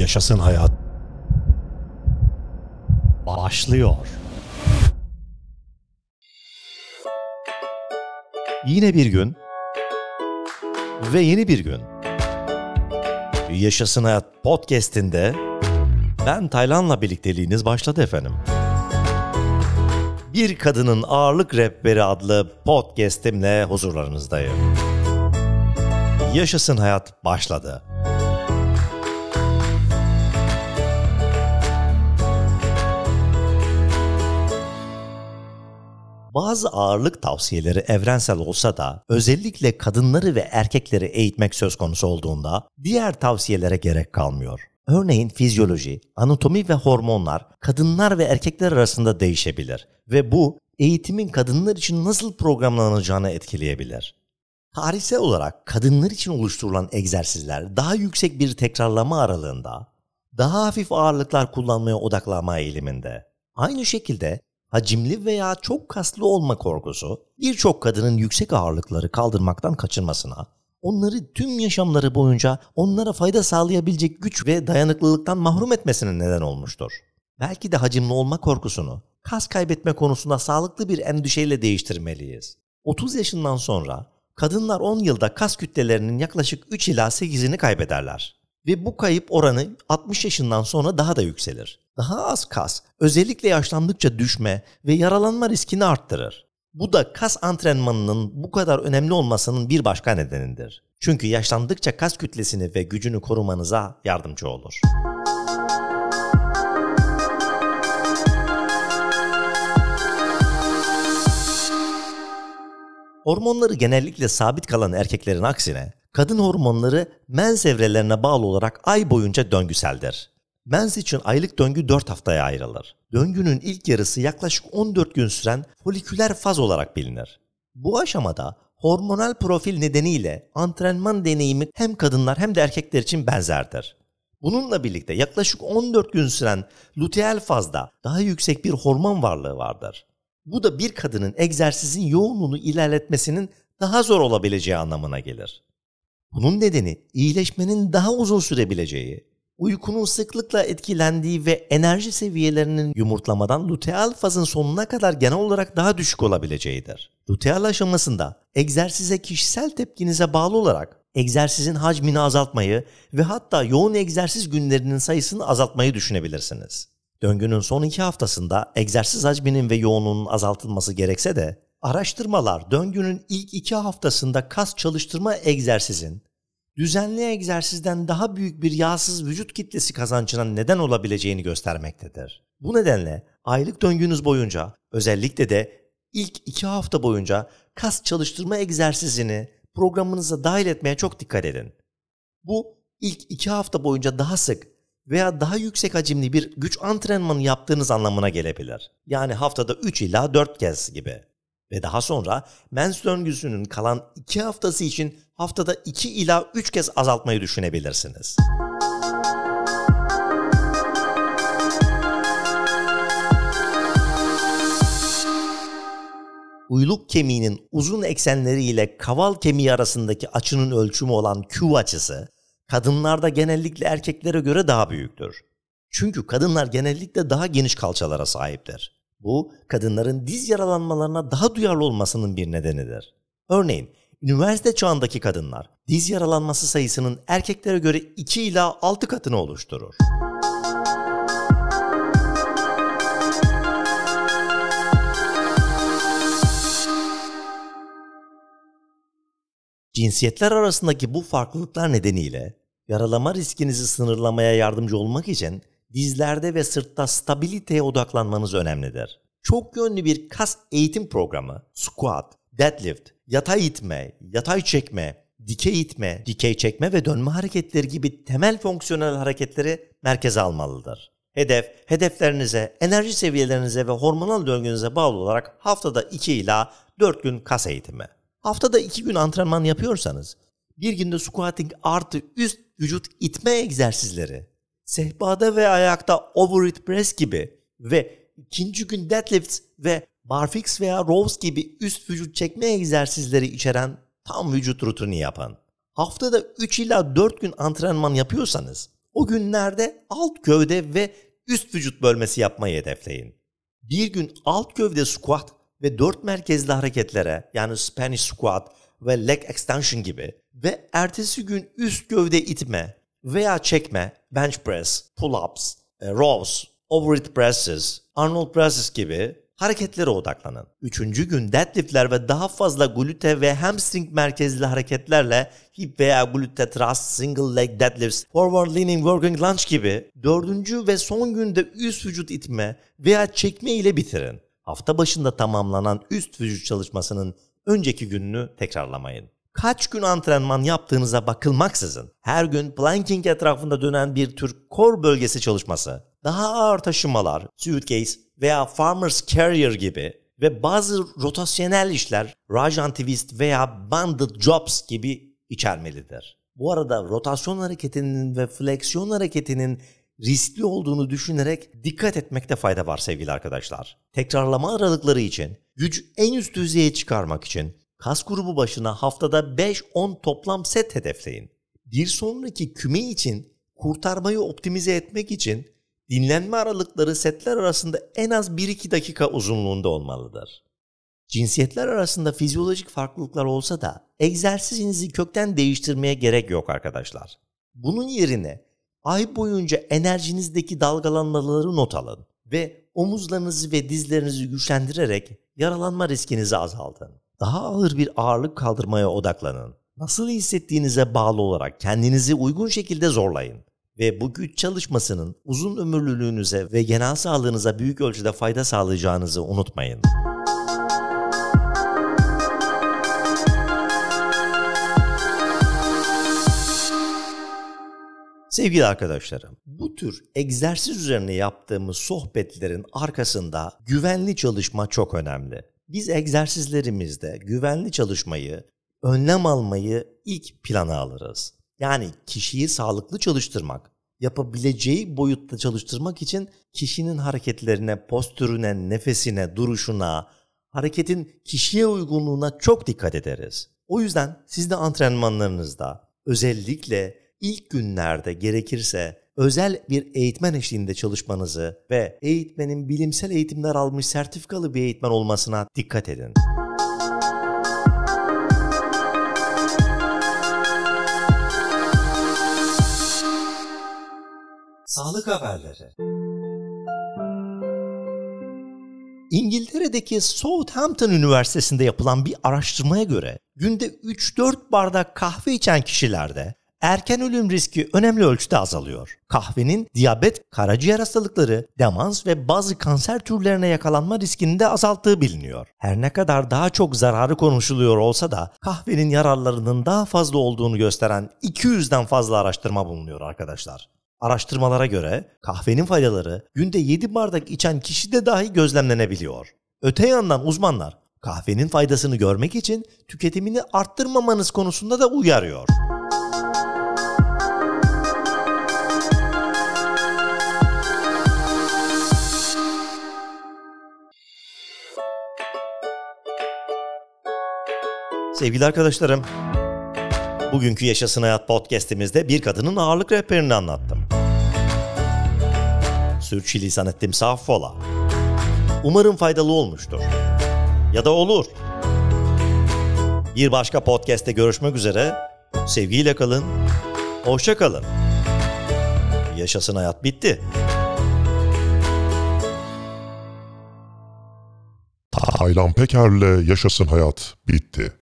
Yaşasın hayat. Başlıyor. Yine bir gün ve yeni bir gün. Yaşasın Hayat podcast'inde ben Taylan'la birlikteliğiniz başladı efendim. Bir Kadının Ağırlık Rehberi adlı podcast'imle huzurlarınızdayım. Yaşasın Hayat başladı. Bazı ağırlık tavsiyeleri evrensel olsa da özellikle kadınları ve erkekleri eğitmek söz konusu olduğunda diğer tavsiyelere gerek kalmıyor. Örneğin fizyoloji, anatomi ve hormonlar kadınlar ve erkekler arasında değişebilir ve bu eğitimin kadınlar için nasıl programlanacağını etkileyebilir. Tarihsel olarak kadınlar için oluşturulan egzersizler daha yüksek bir tekrarlama aralığında, daha hafif ağırlıklar kullanmaya odaklanma eğiliminde. Aynı şekilde hacimli veya çok kaslı olma korkusu birçok kadının yüksek ağırlıkları kaldırmaktan kaçınmasına, onları tüm yaşamları boyunca onlara fayda sağlayabilecek güç ve dayanıklılıktan mahrum etmesine neden olmuştur. Belki de hacimli olma korkusunu kas kaybetme konusunda sağlıklı bir endişeyle değiştirmeliyiz. 30 yaşından sonra kadınlar 10 yılda kas kütlelerinin yaklaşık 3 ila 8'ini kaybederler. Ve bu kayıp oranı 60 yaşından sonra daha da yükselir. Daha az kas, özellikle yaşlandıkça düşme ve yaralanma riskini arttırır. Bu da kas antrenmanının bu kadar önemli olmasının bir başka nedenidir. Çünkü yaşlandıkça kas kütlesini ve gücünü korumanıza yardımcı olur. Hormonları genellikle sabit kalan erkeklerin aksine, kadın hormonları mens evrelerine bağlı olarak ay boyunca döngüseldir. Mens için aylık döngü 4 haftaya ayrılır. Döngünün ilk yarısı yaklaşık 14 gün süren foliküler faz olarak bilinir. Bu aşamada hormonal profil nedeniyle antrenman deneyimi hem kadınlar hem de erkekler için benzerdir. Bununla birlikte yaklaşık 14 gün süren luteal fazda daha yüksek bir hormon varlığı vardır. Bu da bir kadının egzersizin yoğunluğunu ilerletmesinin daha zor olabileceği anlamına gelir. Bunun nedeni iyileşmenin daha uzun sürebileceği, uykunun sıklıkla etkilendiği ve enerji seviyelerinin yumurtlamadan luteal fazın sonuna kadar genel olarak daha düşük olabileceğidir. Luteal aşamasında egzersize kişisel tepkinize bağlı olarak egzersizin hacmini azaltmayı ve hatta yoğun egzersiz günlerinin sayısını azaltmayı düşünebilirsiniz. Döngünün son 2 haftasında egzersiz hacminin ve yoğunluğunun azaltılması gerekse de araştırmalar döngünün ilk 2 haftasında kas çalıştırma egzersizin düzenli egzersizden daha büyük bir yağsız vücut kitlesi kazancına neden olabileceğini göstermektedir. Bu nedenle aylık döngünüz boyunca özellikle de ilk 2 hafta boyunca kas çalıştırma egzersizini programınıza dahil etmeye çok dikkat edin. Bu ilk 2 hafta boyunca daha sık veya daha yüksek hacimli bir güç antrenmanı yaptığınız anlamına gelebilir. Yani haftada 3 ila 4 kez gibi. Ve daha sonra mens döngüsünün kalan 2 haftası için haftada 2 ila 3 kez azaltmayı düşünebilirsiniz. Uyluk kemiğinin uzun eksenleri ile kaval kemiği arasındaki açının ölçümü olan Q açısı, kadınlarda genellikle erkeklere göre daha büyüktür. Çünkü kadınlar genellikle daha geniş kalçalara sahiptir. Bu, kadınların diz yaralanmalarına daha duyarlı olmasının bir nedenidir. Örneğin, üniversite çağındaki kadınlar diz yaralanması sayısının erkeklere göre 2 ila 6 katını oluşturur. Cinsiyetler arasındaki bu farklılıklar nedeniyle yaralama riskinizi sınırlamaya yardımcı olmak için dizlerde ve sırtta stabiliteye odaklanmanız önemlidir. Çok yönlü bir kas eğitim programı, squat, deadlift, yatay itme, yatay çekme, dikey itme, dikey çekme ve dönme hareketleri gibi temel fonksiyonel hareketleri merkeze almalıdır. Hedeflerinize, enerji seviyelerinize ve hormonal döngünüze bağlı olarak haftada 2 ila 4 gün kas eğitimi. Haftada 2 gün antrenman yapıyorsanız, bir günde squatting artı üst vücut itme egzersizleri, sehpada ve ayakta overhead press gibi ve ikinci gün deadlifts ve barfix veya rows gibi üst vücut çekme egzersizleri içeren tam vücut rutini yapın. Haftada 3 ila 4 gün antrenman yapıyorsanız O günlerde alt gövde ve üst vücut bölmesi yapmayı hedefleyin. Bir gün alt gövde squat ve 4 merkezli hareketlere yani Spanish squat ve leg extension gibi ve ertesi gün üst gövde itme veya çekme, bench press, pull-ups, rows, overhead presses, Arnold presses gibi hareketlere odaklanın. 3. gün deadliftler ve daha fazla glute ve hamstring merkezli hareketlerle hip veya glute thrust, single leg deadlifts, forward leaning working lunge gibi 4. ve son günde üst vücut itme veya çekme ile bitirin. Hafta başında tamamlanan üst vücut çalışmasının önceki gününü tekrarlamayın. Kaç gün antrenman yaptığınıza bakılmaksızın her gün planking etrafında dönen bir tür core bölgesi çalışması, daha ağır taşımalar, suitcase veya farmer's carrier gibi ve bazı rotasyonel işler, Rajan twist veya banded jobs gibi içermelidir. Bu arada rotasyon hareketinin ve fleksiyon hareketinin riskli olduğunu düşünerek dikkat etmekte fayda var sevgili arkadaşlar. Tekrarlama aralıkları için, gücü en üst düzeye çıkarmak için kas grubu başına haftada 5-10 toplam set hedefleyin. Bir sonraki küme için kurtarmayı optimize etmek için dinlenme aralıkları setler arasında en az 1-2 dakika uzunluğunda olmalıdır. Cinsiyetler arasında fizyolojik farklılıklar olsa da egzersizinizi kökten değiştirmeye gerek yok arkadaşlar. Bunun yerine ay boyunca enerjinizdeki dalgalanmaları not alın ve omuzlarınızı ve dizlerinizi güçlendirerek yaralanma riskinizi azaltın. Daha ağır bir ağırlık kaldırmaya odaklanın. Nasıl hissettiğinize bağlı olarak kendinizi uygun şekilde zorlayın. Ve bu güç çalışmasının uzun ömürlülüğünüze ve genel sağlığınıza büyük ölçüde fayda sağlayacağınızı unutmayın. Sevgili arkadaşlarım, bu tür egzersiz üzerine yaptığımız sohbetlerin arkasında güvenli çalışma çok önemli. Biz egzersizlerimizde güvenli çalışmayı, önlem almayı ilk plana alırız. Yani kişiyi sağlıklı çalıştırmak, yapabileceği boyutta çalıştırmak için kişinin hareketlerine, postürüne, nefesine, duruşuna, hareketin kişiye uygunluğuna çok dikkat ederiz. O yüzden siz de antrenmanlarınızda özellikle ilk günlerde gerekirse özel bir eğitmen eşliğinde çalışmanızı ve eğitmenin bilimsel eğitimler almış sertifikalı bir eğitmen olmasına dikkat edin. Sağlık haberleri. İngiltere'deki Southampton Üniversitesi'nde yapılan bir araştırmaya göre günde 3-4 bardak kahve içen kişilerde erken ölüm riski önemli ölçüde azalıyor. Kahvenin diyabet, karaciğer hastalıkları, demans ve bazı kanser türlerine yakalanma riskini de azalttığı biliniyor. Her ne kadar daha çok zararı konuşuluyor olsa da kahvenin yararlarının daha fazla olduğunu gösteren 200'den fazla araştırma bulunuyor arkadaşlar. Araştırmalara göre kahvenin faydaları günde 7 bardak içen kişide dahi gözlemlenebiliyor. Öte yandan uzmanlar kahvenin faydasını görmek için tüketimini arttırmamanız konusunda da uyarıyor. Sevgili arkadaşlarım, bugünkü Yaşasın Hayat podcast'imizde bir kadının ağırlık rehberini anlattım. Sürçülisan ettimse affola. Umarım faydalı olmuştur. Ya da olur. Bir başka podcast'te görüşmek üzere. Sevgiyle kalın. Hoşça kalın. Yaşasın hayat bitti. Taylan Peker'le Yaşasın Hayat bitti.